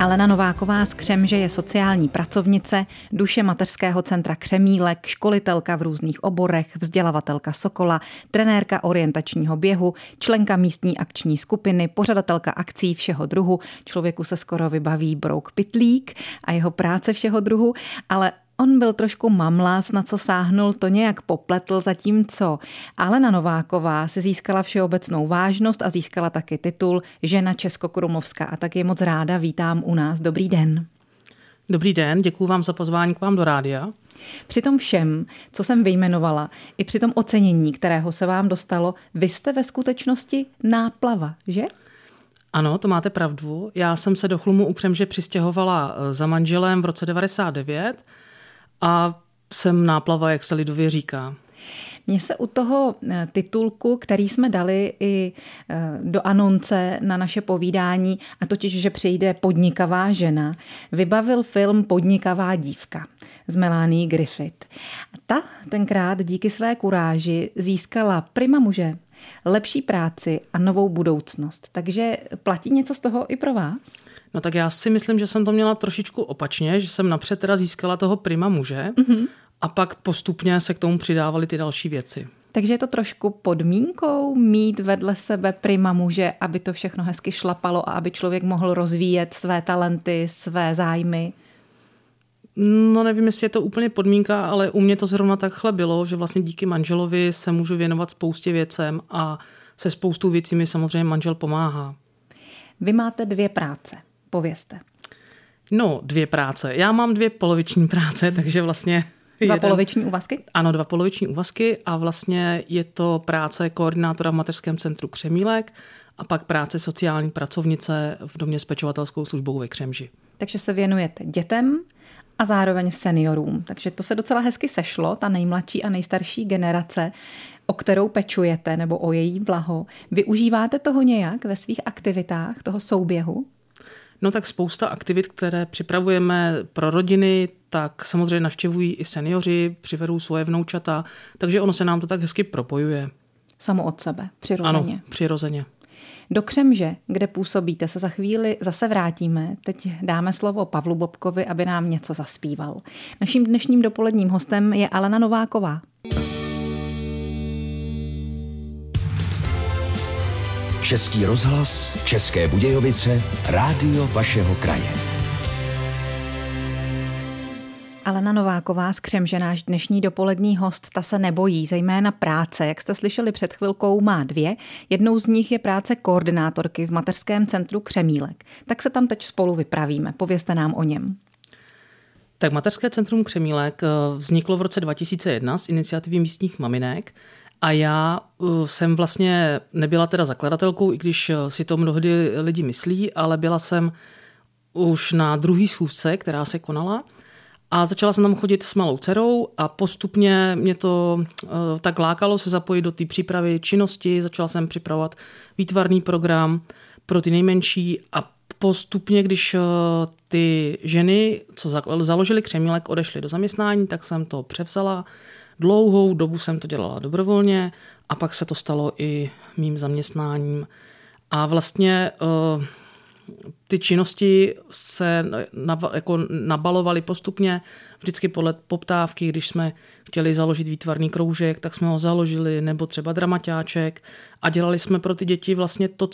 Alena Nováková z Křemže je sociální pracovnice, duše mateřského centra Křemílek, školitelka v různých oborech, vzdělavatelka Sokola, trenérka orientačního běhu, členka místní akční skupiny, pořadatelka akcí všeho druhu. Člověku se skoro vybaví Brouk Pytlík a jeho práce všeho druhu, ale on byl trošku mamlas, na co sáhnul, to nějak popletl, zatímco Alena Nováková si získala všeobecnou vážnost a získala taky titul Žena Českokrumlovska. A tak je moc ráda, vítám u nás. Dobrý den. Dobrý den, děkuji vám za pozvání k vám do rádia. Při tom všem, co jsem vyjmenovala, i při tom ocenění, kterého se vám dostalo, vy jste ve skutečnosti náplava, že? Ano, to máte pravdu. Já jsem se do Chlumu u Křemže přistěhovala za manželem v roce 1999 a jsem náplava, jak se lidově říká. Mně se u toho titulku, který jsme dali i do anonce na naše povídání, a totiž, že přijde podnikavá žena, vybavil film Podnikavá dívka s Melanie Griffith. Ta tenkrát díky své kuráži získala prima muže, lepší práci a novou budoucnost. Takže platí něco z toho i pro vás? No tak já si myslím, že jsem to měla trošičku opačně, že jsem napřed teda získala toho prima muže a pak postupně se k tomu přidávaly ty další věci. Takže je to trošku podmínkou mít vedle sebe prima muže, aby to všechno hezky šlapalo a aby člověk mohl rozvíjet své talenty, své zájmy? No nevím, jestli je to úplně podmínka, ale u mě to zrovna takhle bylo, že vlastně díky manželovi se můžu věnovat spoustě věcem a se spoustou věcí mi samozřejmě manžel pomáhá. Vy máte 2 práce, povězte. No, 2 práce. Já mám 2 poloviční práce, takže vlastně... 2 poloviční úvazky? Ano, 2 poloviční úvazky a vlastně je to práce koordinátora v mateřském centru Křemílek a pak práce sociální pracovnice v domě s pečovatelskou službou ve Křemži. Takže se věnujete dětem a zároveň seniorům. Takže to se docela hezky sešlo, ta nejmladší a nejstarší generace, o kterou pečujete nebo o její blaho. Využíváte toho nějak ve svých aktivitách, toho souběhu? No tak spousta aktivit, které připravujeme pro rodiny, tak samozřejmě navštěvují i seniori, přivedou svoje vnoučata, takže ono se nám to tak hezky propojuje. Samo od sebe, přirozeně. Ano, přirozeně. Do Křemže, kde působíte, se za chvíli zase vrátíme. Teď dáme slovo Pavlu Bobkovi, aby nám něco zaspíval. Naším dnešním dopoledním hostem je Alena Nováková. Český rozhlas, České Budějovice, rádio vašeho kraje. Alena Nováková z Křemže, náš dnešní dopolední host, ta se nebojí, zejména práce. Jak jste slyšeli před chvilkou, má 2. Jednou z nich je práce koordinátorky v mateřském centru Křemílek. Tak se tam teď spolu vypravíme. Povězte nám o něm. Tak mateřské centrum Křemílek vzniklo v roce 2001 z iniciativy místních maminek. A já jsem vlastně nebyla teda zakladatelkou, i když si to mnohdy lidi myslí, ale byla jsem už na 2. schůzce, která se konala. A začala jsem tam chodit s malou dcerou a postupně mě to tak lákalo se zapojit do té přípravy činnosti. Začala jsem připravovat výtvarný program pro ty nejmenší a postupně, když ty ženy, co založily Křemílek, odešly do zaměstnání, tak jsem to převzala. Dlouhou dobu jsem to dělala dobrovolně a pak se to stalo i mým zaměstnáním. A vlastně ty činnosti se jako nabalovaly postupně, vždycky podle poptávky. Když jsme chtěli založit výtvarný kroužek, tak jsme ho založili, nebo třeba dramaťáček a dělali jsme pro ty děti vlastně to,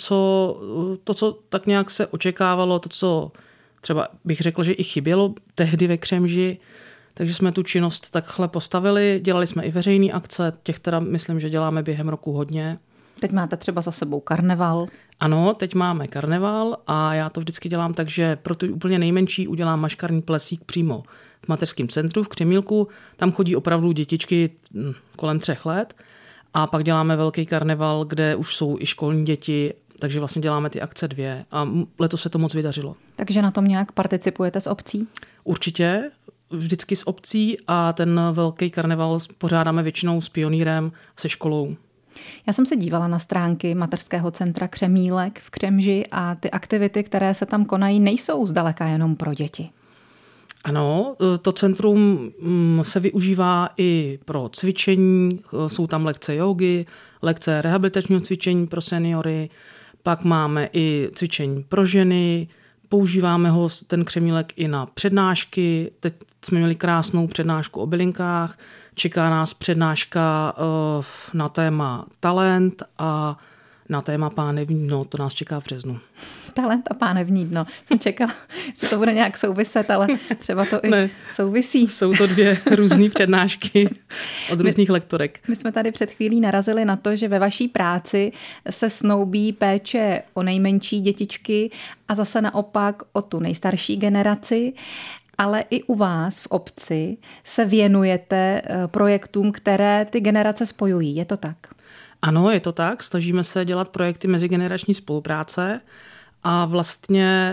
co tak nějak se očekávalo, to, co třeba bych řekl, že i chybělo tehdy ve Křemži. Takže jsme tu činnost takhle postavili, dělali jsme i veřejné akce, těch teda myslím, že děláme během roku hodně. Teď máte třeba za sebou karneval. Ano, teď máme karneval a já to vždycky dělám tak, že pro ty úplně nejmenší udělám maškarní plesík přímo v mateřském centru v Křemílku. Tam chodí opravdu dětičky kolem 3 let a pak děláme velký karneval, kde už jsou i školní děti, takže vlastně děláme ty akce 2 a letos se to moc vydařilo. Takže na tom nějak participujete s obcí? Určitě. Vždycky s obcí a ten velký karneval pořádáme většinou s pionýrem, se školou. Já jsem se dívala na stránky mateřského centra Křemílek v Křemži a ty aktivity, které se tam konají, nejsou zdaleka jenom pro děti. Ano, to centrum se využívá i pro cvičení, jsou tam lekce jógy, lekce rehabilitačního cvičení pro seniory, pak máme i cvičení pro ženy, Používáme ho, ten křemílek, i na přednášky. Teď jsme měli krásnou přednášku o bylinkách. Čeká nás přednáška na téma talent a na téma pánevní dno. To nás čeká v březnu. Talent a pánevní dno. Jsem čekala, jestli to bude nějak souviset, ale třeba to i souvisí. Jsou to 2 různé přednášky od různých lektorek. My jsme tady před chvílí narazili na to, že ve vaší práci se snoubí péče o nejmenší dětičky a zase naopak o tu nejstarší generaci. Ale i u vás v obci se věnujete projektům, které ty generace spojují. Je to tak? Ano, je to tak. Snažíme se dělat projekty mezigenerační spolupráce a vlastně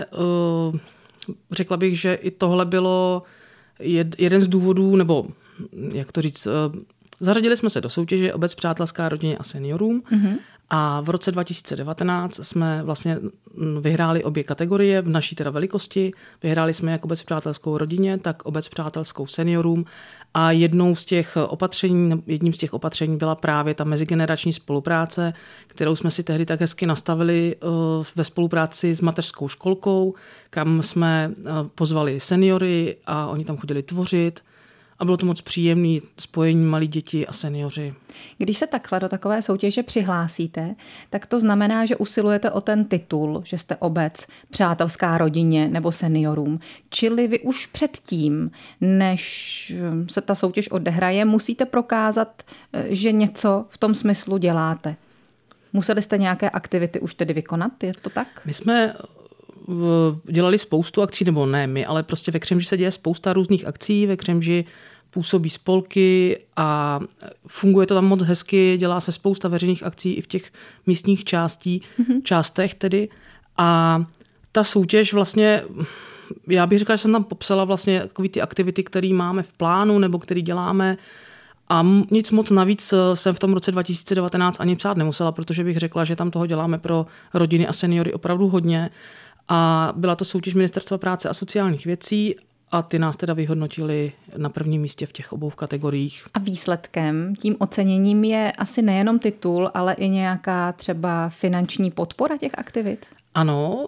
řekla bych, že i tohle bylo jeden z důvodů, nebo jak to říct, zařadili jsme se do soutěže Obec přátelská rodině a seniorům a v roce 2019 jsme vlastně vyhráli obě kategorie v naší teda velikosti. Vyhráli jsme jak Obec přátelskou rodině, tak Obec přátelskou seniorům a jedním z těch opatření byla právě ta mezigenerační spolupráce, kterou jsme si tehdy tak hezky nastavili ve spolupráci s mateřskou školkou, kam jsme pozvali seniory a oni tam chodili tvořit. A bylo to moc příjemné spojení malí děti a seniori. Když se takhle do takové soutěže přihlásíte, tak to znamená, že usilujete o ten titul, že jste obec přátelská rodině nebo seniorům. Čili vy už předtím, než se ta soutěž odehraje, musíte prokázat, že něco v tom smyslu děláte. Museli jste nějaké aktivity už tedy vykonat, je to tak? My jsme dělali spoustu akcí, nebo ne my, ale prostě ve Křemži se děje spousta různých akcí, ve Křemži působí spolky a funguje to tam moc hezky, dělá se spousta veřejných akcí i v těch místních částech tedy. A ta soutěž vlastně, já bych řekla, že jsem tam popsala vlastně takový ty aktivity, které máme v plánu nebo které děláme. A nic moc navíc jsem v tom roce 2019 ani psát nemusela, protože bych řekla, že tam toho děláme pro rodiny a seniory opravdu hodně. A byla to soutěž Ministerstva práce a sociálních věcí a ty nás teda vyhodnotili na prvním místě v těch obou kategoriích. A výsledkem, tím oceněním je asi nejenom titul, ale i nějaká třeba finanční podpora těch aktivit? Ano,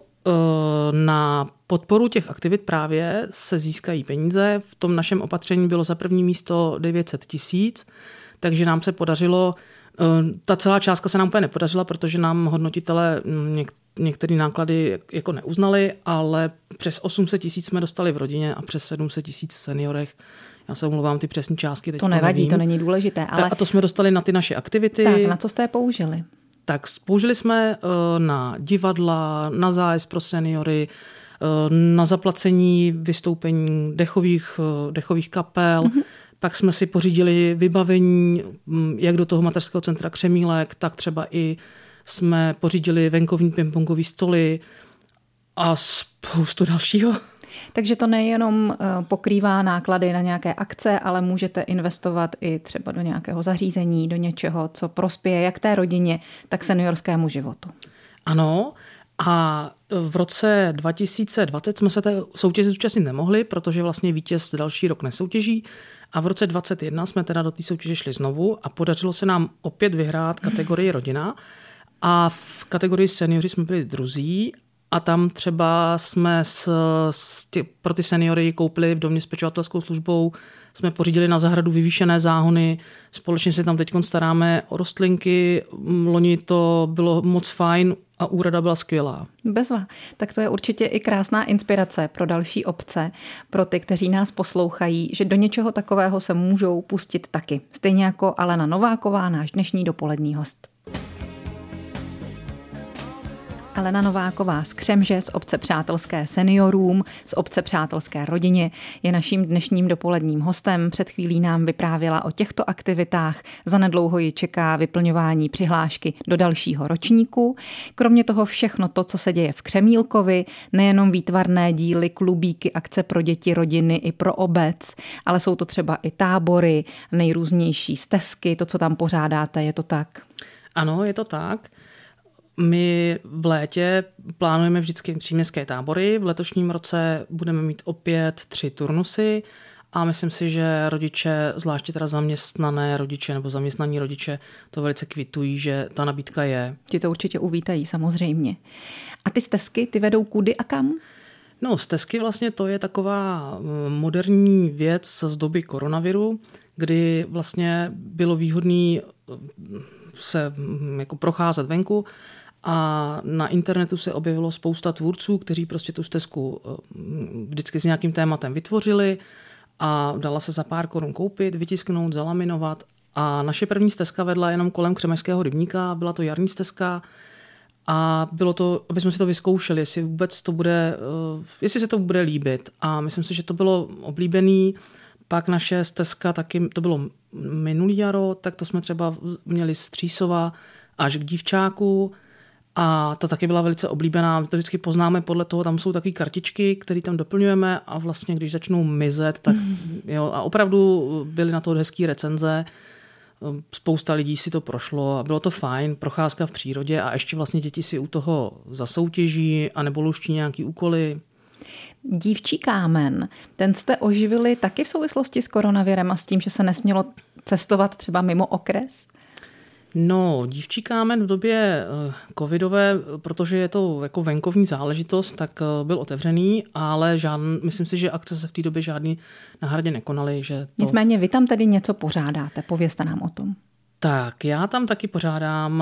na podporu těch aktivit právě se získají peníze. V tom našem opatření bylo za první místo 900 000, takže nám se podařilo, ta celá částka se nám úplně nepodařila, protože nám hodnotitelé některé náklady jako neuznali, ale přes 800 000 jsme dostali v rodině a přes 700 000 v seniorech. Já se omlouvám, ty přesné částky teď to nevadí, nevím. To není důležité. Ale... A to jsme dostali na ty naše aktivity. Tak, na co jste je použili? Tak použili jsme na divadla, na zájezd pro seniory, na zaplacení vystoupení dechových kapel. Mm-hmm. Pak jsme si pořídili vybavení, jak do toho mateřského centra Křemílek, tak třeba i jsme pořídili venkovní pingpongové stoly a spoustu dalšího. Takže to nejenom pokrývá náklady na nějaké akce, ale můžete investovat i třeba do nějakého zařízení, do něčeho, co prospěje jak té rodině, tak seniorskému životu. Ano, a v roce 2020 jsme se té soutěže zúčastnit nemohli, protože vlastně vítěz další rok nesoutěží. A v roce 2021 jsme teda do té soutěže šli znovu a podařilo se nám opět vyhrát kategorii rodina. A v kategorii seniori jsme byli druzí a tam třeba jsme pro ty seniory koupili v domě s pečovatelskou službou, jsme pořídili na zahradu vyvýšené záhony, společně se tam teď staráme o rostlinky, loni to bylo moc fajn a úroda byla skvělá. Bezva. Tak to je určitě i krásná inspirace pro další obce, pro ty, kteří nás poslouchají, že do něčeho takového se můžou pustit taky. Stejně jako Alena Nováková, náš dnešní dopolední host. Alena Nováková z Křemže, z obce přátelské seniorům, z obce přátelské rodině je naším dnešním dopoledním hostem. Před chvílí nám vyprávěla o těchto aktivitách. Zanedlouho ji čeká vyplňování přihlášky do dalšího ročníku. Kromě toho všechno to, co se děje v Křemílkovi, nejenom výtvarné díly, klubíky, akce pro děti, rodiny i pro obec, ale jsou to třeba i tábory, nejrůznější stezky, to, co tam pořádáte, je to tak? Ano, je to tak. My v létě plánujeme vždycky příměstské tábory. V letošním roce budeme mít opět 3 turnusy a myslím si, že rodiče, zvláště teda zaměstnané rodiče nebo zaměstnaní rodiče, to velice kvitují, že ta nabídka je. Ti to určitě uvítají, samozřejmě. A ty stezky, ty vedou kudy a kam? No, stezky vlastně to je taková moderní věc z doby koronaviru, kdy vlastně bylo výhodné se jako procházet venku a na internetu se objevilo spousta tvůrců, kteří prostě tu stezku vždycky s nějakým tématem vytvořili a dala se za pár korun koupit, vytisknout, zalaminovat. A naše první stezka vedla jenom kolem Křemežského rybníka, byla to jarní stezka a bylo to, aby jsme si to vyzkoušeli, jestli se to bude líbit. A myslím si, že to bylo oblíbený. Pak naše stezka taky, to bylo minulý jaro, tak to jsme třeba měli z Třísova až k Dívčáku a ta taky byla velice oblíbená. My to vždycky poznáme podle toho, tam jsou takové kartičky, které tam doplňujeme a vlastně když začnou mizet, tak jo, a opravdu byly na to hezký recenze. Spousta lidí si to prošlo a bylo to fajn, procházka v přírodě a ještě vlastně děti si u toho zasoutěží anebo luští nějaký úkoly. Dívčí kámen, ten jste oživili taky v souvislosti s koronavirem a s tím, že se nesmělo cestovat třeba mimo okres? No, Dívčí kámen v době covidové, protože je to jako venkovní záležitost, tak byl otevřený, ale myslím si, že akce se v té době žádný na Hradě nekonaly. Nicméně vy tam tedy něco pořádáte, povězte nám o tom. Tak, já tam taky pořádám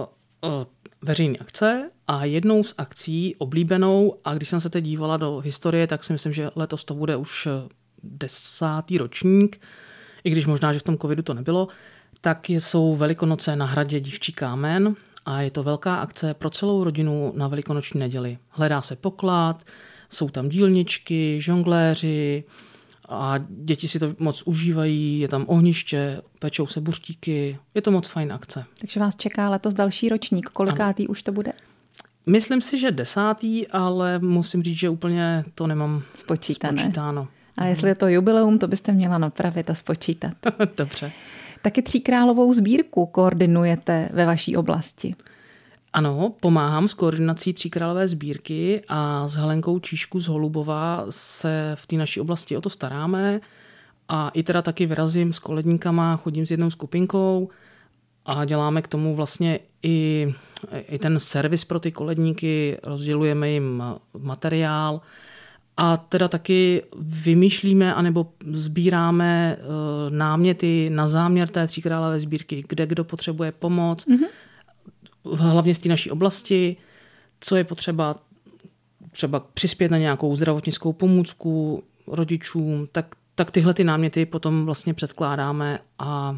veřejné akce a jednou z akcí oblíbenou, a když jsem se teď dívala do historie, tak si myslím, že letos to bude už 10. ročník, i když možná, že v tom covidu to nebylo, tak jsou Velikonoce na Hradě Dívčí kámen a je to velká akce pro celou rodinu na velikonoční neděli. Hledá se poklad, jsou tam dílničky, žongléři a děti si to moc užívají, je tam ohniště, pečou se buřtíky, je to moc fajn akce. Takže vás čeká letos další ročník, kolikátý už to bude? Myslím si, že 10., ale musím říct, že úplně to nemám spočítáno. A jestli je to jubileum, to byste měla napravit a spočítat. Dobře. Taky Tříkrálovou sbírku koordinujete ve vaší oblasti. Ano, pomáhám s koordinací Tříkrálové sbírky a s Helenkou Číšku z Holubova se v té naší oblasti o to staráme a i teda taky vyrazím s koledníkama, chodím s jednou skupinkou a děláme k tomu vlastně i ten servis pro ty koledníky, rozdělujeme jim materiál a teda taky vymýšlíme anebo sbíráme náměty na záměr té Tříkrálové sbírky, kde kdo potřebuje pomoc, hlavně z té naší oblasti, co je potřeba třeba přispět na nějakou zdravotnickou pomůcku rodičům, tak tyhle ty náměty potom vlastně předkládáme a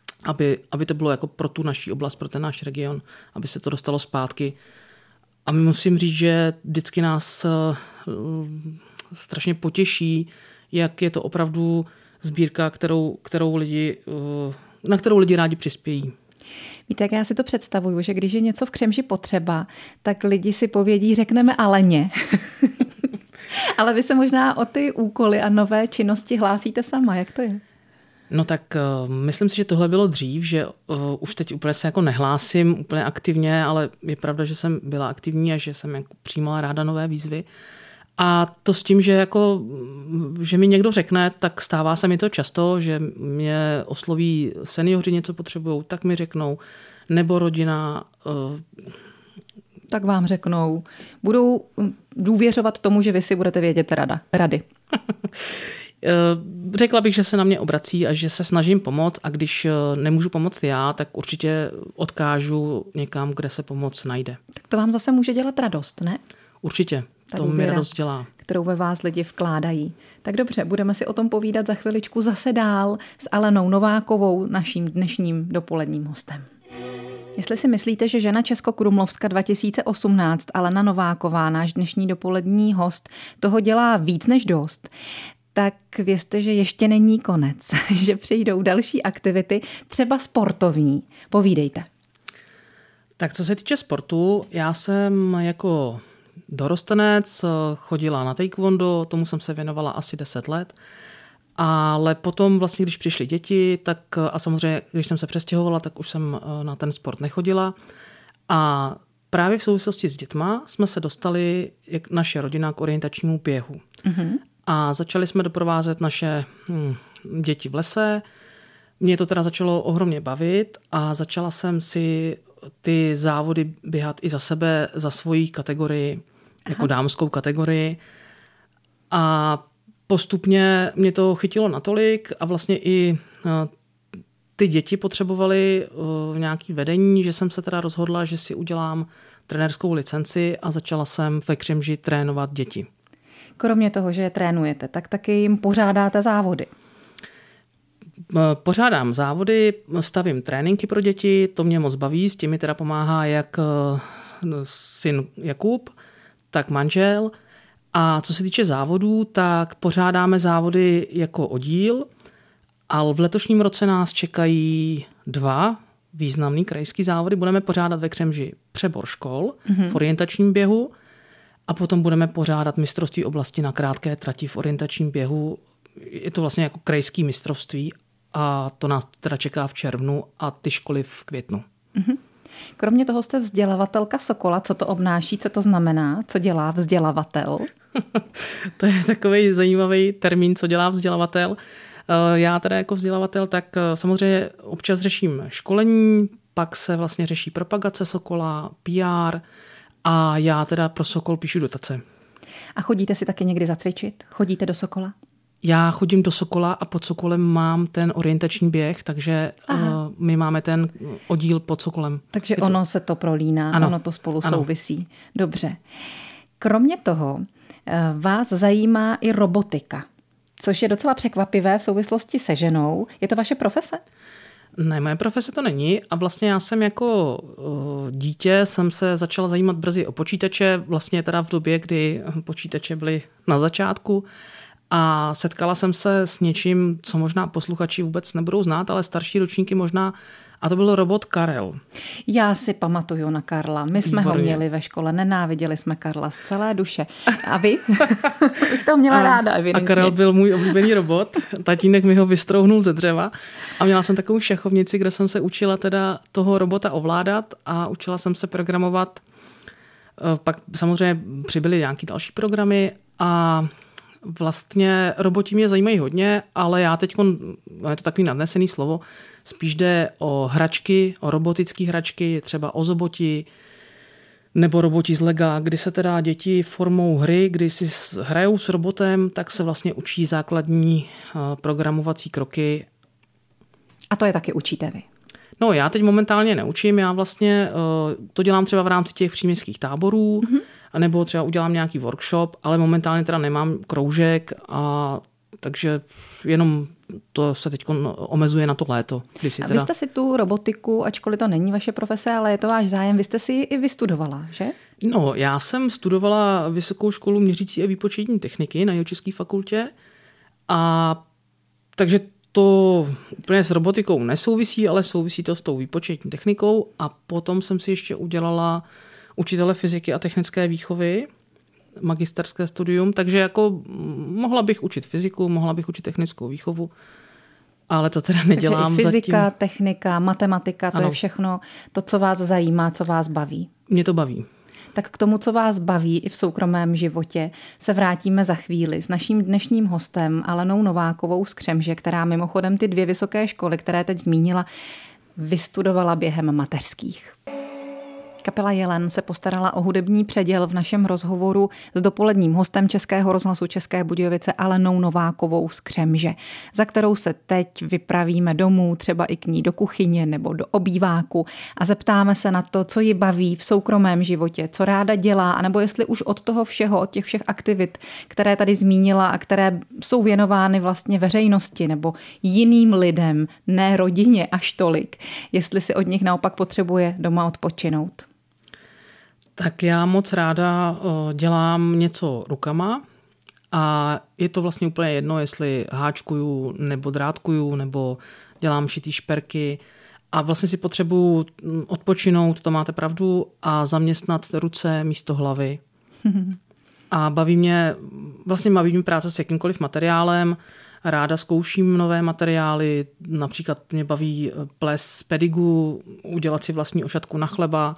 aby to bylo jako pro tu naší oblast, pro ten náš region, aby se to dostalo zpátky. A my musím říct, že vždycky nás strašně potěší, jak je to opravdu sbírka, na kterou lidi rádi přispějí. Víte, jak já si to představuju, že když je něco v Křemži potřeba, tak lidi si povědí, řekneme Aleně. Ale vy se možná o ty úkoly a nové činnosti hlásíte sama, jak to je? No tak myslím si, že tohle bylo dřív, že už teď úplně se jako nehlásím úplně aktivně, ale je pravda, že jsem byla aktivní a že jsem jako přijímala ráda nové výzvy. A to s tím, že mi někdo řekne, tak stává se mi to často, že mě osloví seniori, něco potřebují, tak mi řeknou, nebo rodina. Tak vám řeknou. Budou důvěřovat tomu, že vy si budete vědět rady. Řekla bych, že se na mě obrací a že se snažím pomoct a když nemůžu pomoct já, tak určitě odkážu někam, kde se pomoc najde. Tak to vám zase může dělat radost, ne? Určitě. To mi radost dělá. Kterou ve vás lidi vkládají. Tak dobře, budeme si o tom povídat za chviličku zase dál s Alenou Novákovou, naším dnešním dopoledním hostem. Jestli si myslíte, že žena Českokrumlovska 2018, Alena Nováková, náš dnešní dopolední host, toho dělá víc než dost, tak vězte, že ještě není konec, že přijdou další aktivity, třeba sportovní. Povídejte. Tak co se týče sportu, já jsem jako dorostenec chodila na taekwondo, tomu jsem se věnovala asi 10 let, ale potom vlastně, když přišly děti, tak a samozřejmě, když jsem se přestěhovala, tak už jsem na ten sport nechodila a právě v souvislosti s dětma jsme se dostali, jak naše rodina, k orientačnímu běhu. Mm-hmm. A začali jsme doprovázet naše děti v lese. Mě to teda začalo ohromně bavit a začala jsem si ty závody běhat i za sebe, za svoji kategorii, jako dámskou kategorii. A postupně mě to chytilo natolik a vlastně i ty děti potřebovaly nějaký vedení, že jsem se teda rozhodla, že si udělám trenérskou licenci a začala jsem ve Křemži trénovat děti. Kromě toho, že je trénujete, tak taky jim pořádáte závody. Pořádám závody, stavím tréninky pro děti, to mě moc baví, s těmi teda pomáhá jak syn Jakub, tak manžel. A co se týče závodů, tak pořádáme závody jako oddíl, ale v letošním roce nás čekají 2 významný krajský závody. Budeme pořádat ve Křemži přebor škol v orientačním běhu a potom budeme pořádat mistrovství oblasti na krátké trati v orientačním běhu. Je to vlastně jako krajský mistrovství a to nás teda čeká v červnu a ty školy v květnu. Kromě toho jste vzdělavatelka Sokola. Co to obnáší, co to znamená, co dělá vzdělavatel? To je takový zajímavý termín, co dělá vzdělavatel. Já teda jako vzdělavatel tak samozřejmě občas řeším školení, pak se vlastně řeší propagace Sokola, PR a já teda pro Sokol píšu dotace. A chodíte si taky někdy zacvičit? Chodíte do Sokola? Já chodím do Sokola a pod Sokolem mám ten orientační běh, takže my máme ten oddíl pod Sokolem. Takže ono se to prolíná, ano. Ono to spolu souvisí. Dobře. Kromě toho vás zajímá i robotika, což je docela překvapivé v souvislosti se ženou. Je to vaše profese? Ne, moje profese to není a vlastně já jsem jako dítě jsem se začala zajímat brzy o počítače, vlastně teda v době, kdy počítače byly na začátku. A setkala jsem se s něčím, co možná posluchači vůbec nebudou znát, ale starší ročníky možná, a to byl robot Karel. Já si pamatuju na Karla. My jsme ho měli ve škole, nenáviděli jsme Karla z celé duše. A vy? Vy jste ho měla ráda, evidentně. A Karel byl můj oblíbený robot. Tatínek mi ho vystrouhnul ze dřeva a měla jsem takovou šachovnici, kde jsem se učila teda toho robota ovládat a učila jsem se programovat. Pak samozřejmě přibyly nějaký další programy a vlastně roboti mě zajímají hodně, ale já teď, je to takový nadnesený slovo, spíš jde o hračky, o robotické hračky, třeba o zoboti nebo roboti z Lega, kdy se teda děti formou hry, kdy si hrajou s robotem, tak se vlastně učí základní programovací kroky. A to je taky učíte vy? No, já teď momentálně neučím, já vlastně to dělám třeba v rámci těch příměstských táborů, nebo třeba udělám nějaký workshop, ale momentálně teda nemám kroužek a takže jenom to se teď omezuje na to léto. Vy jste si tu robotiku, ačkoliv to není vaše profese, ale je to váš zájem, vy jste si ji i vystudovala, že? No, já jsem studovala Vysokou školu měřící a výpočetní techniky na Jihočeské fakultě a takže to úplně s robotikou nesouvisí, ale souvisí to s tou výpočetní technikou a potom jsem si ještě udělala učitele fyziky a technické výchovy, magisterské studium, takže jako mohla bych učit fyziku, mohla bych učit technickou výchovu, ale to teda nedělám takže fyzika, zatím. Technika, matematika, to je všechno to, co vás zajímá, co vás baví. Mě to baví. Tak k tomu, co vás baví i v soukromém životě, se vrátíme za chvíli s naším dnešním hostem Alenou Novákovou z Křemže, která mimochodem ty 2 vysoké školy, které teď zmínila, vystudovala během mateřských. Kapela Jelen se postarala o hudební předěl v našem rozhovoru s dopoledním hostem Českého rozhlasu České Budějovice Alenou Novákovou z Křemže, za kterou se teď vypravíme domů, třeba i k ní do kuchyně nebo do obýváku a zeptáme se na to, co ji baví v soukromém životě, co ráda dělá, anebo jestli už od toho všeho, od těch všech aktivit, které tady zmínila a které jsou věnovány vlastně veřejnosti nebo jiným lidem, ne rodině až tolik, jestli si od nich naopak potřebuje doma odpočinout. Tak já moc ráda dělám něco rukama a je to vlastně úplně jedno, jestli háčkuju nebo drátkuju nebo dělám šitý šperky a vlastně si potřebuju odpočinout, to máte pravdu, a zaměstnat ruce místo hlavy. A baví mě práce s jakýmkoliv materiálem, ráda zkouším nové materiály, například mě baví ples z pedigu, udělat si vlastní ošatku na chleba.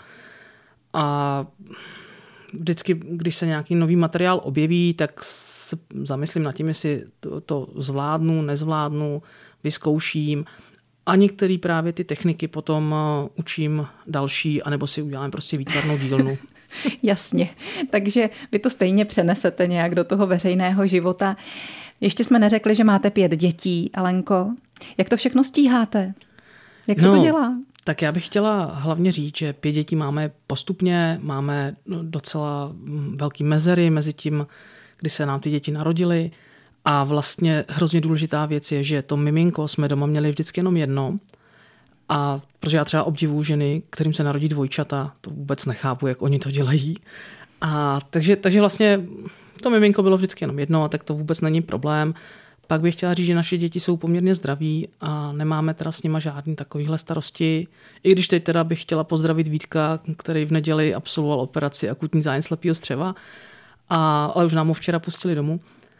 A vždycky, když se nějaký nový materiál objeví, tak se zamyslím nad tím, jestli to zvládnu, nezvládnu, vyzkouším. A některé právě ty techniky potom učím další, anebo si udělám prostě výtvarnou dílnu. Jasně, takže vy to stejně přenesete nějak do toho veřejného života. Ještě jsme neřekli, že máte 5 dětí, Alenko. Jak to všechno stíháte? Jak se to dělá? Tak já bych chtěla hlavně říct, že 5 dětí máme postupně, máme docela velký mezery mezi tím, kdy se nám ty děti narodily. A vlastně hrozně důležitá věc je, že to miminko jsme doma měli vždycky jenom jedno. A protože já třeba obdivuju ženy, kterým se narodí dvojčata, to vůbec nechápu, jak oni to dělají. A takže vlastně to miminko bylo vždycky jenom jedno, a tak to vůbec není problém. Pak bych chtěla říct, že naše děti jsou poměrně zdraví a nemáme teda s nima žádný takovýhle starosti. I když teď teda bych chtěla pozdravit Vítka, který v neděli absolvoval operaci akutní zájem slepého střeva, ale už nám ho včera pustili domů.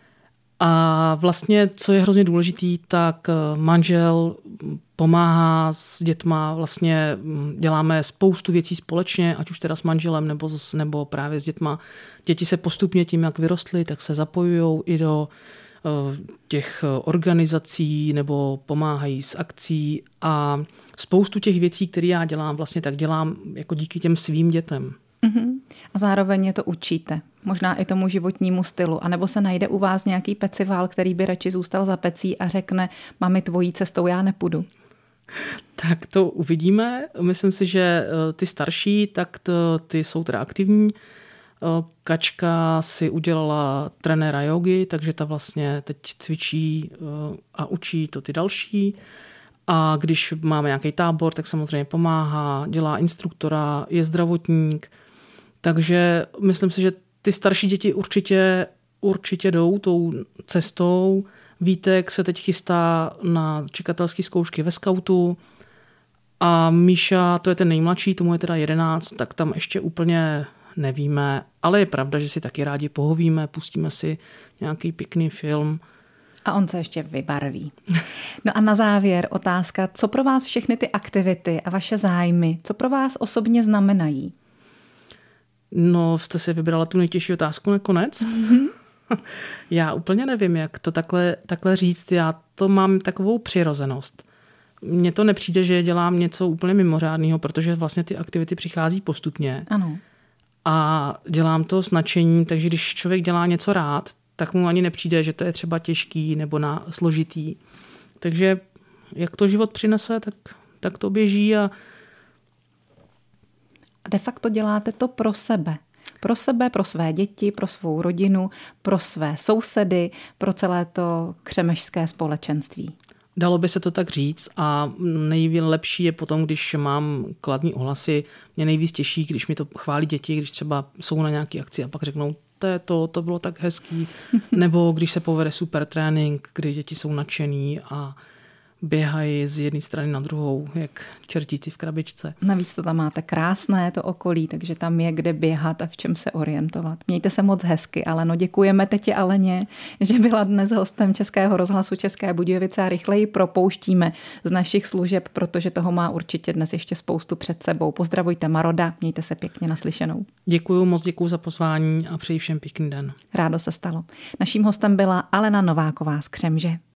A vlastně, co je hrozně důležitý, tak manžel pomáhá s dětma, vlastně děláme spoustu věcí společně, ať už teda s manželem nebo právě s dětma. Děti se postupně tím, jak vyrostly, tak se zapojují i do těch organizací nebo pomáhají s akcí a spoustu těch věcí, které já dělám, vlastně tak dělám jako díky těm svým dětem. A zároveň je to učíte. Možná i tomu životnímu stylu. A nebo se najde u vás nějaký pecivál, který by radši zůstal za pecí a řekne, mami, tvojí cestou já nepůjdu. Tak to uvidíme. Myslím si, že ty starší, tak ty jsou teda aktivní. Kačka si udělala trenéra jógy, takže ta vlastně teď cvičí a učí to ty další. A když máme nějaký tábor, tak samozřejmě pomáhá, dělá instruktora, je zdravotník. Takže myslím si, že ty starší děti určitě jdou tou cestou. Vítek se teď chystá na čekatelské zkoušky ve skautu a Míša, to je ten nejmladší, tomu je teda 11, tak tam ještě úplně nevíme, ale je pravda, že si taky rádi pohovíme, pustíme si nějaký pěkný film. A on se ještě vybarví. No a na závěr otázka, co pro vás všechny ty aktivity a vaše zájmy, co pro vás osobně znamenají? No, jste si vybrala tu nejtěžší otázku nakonec. Já úplně nevím, jak to takhle říct. Já to mám takovou přirozenost. Mně to nepřijde, že dělám něco úplně mimořádného, protože vlastně ty aktivity přichází postupně. Ano. A dělám to s nadšením, takže když člověk dělá něco rád, tak mu ani nepřijde, že to je třeba těžký nebo složitý. Takže jak to život přinese, tak to běží. A de facto děláte to pro sebe. Pro sebe, pro své děti, pro svou rodinu, pro své sousedy, pro celé to křemešské společenství. Dalo by se to tak říct a nejlepší je potom, když mám kladný ohlasy. Mě nejvíc těší, když mi to chválí děti, když třeba jsou na nějaké akci a pak řeknou, to bylo tak hezký. Nebo když se povede super trénink, kdy děti jsou nadšený a běhají z jedné strany na druhou, jak čertíci v krabičce. Navíc to tam máte krásné, to okolí, takže tam je kde běhat a v čem se orientovat. Mějte se moc hezky, Aleno. Děkujeme tetě Aleně, že byla dnes hostem Českého rozhlasu České Budějovice a rychleji propouštíme z našich služeb, protože toho má určitě dnes ještě spoustu před sebou. Pozdravujte Maroda, mějte se pěkně, naslyšenou. Moc děkuju za pozvání a přeji všem pěkný den. Rádo se stalo. Naším hostem byla Alena Nováková z Křemže.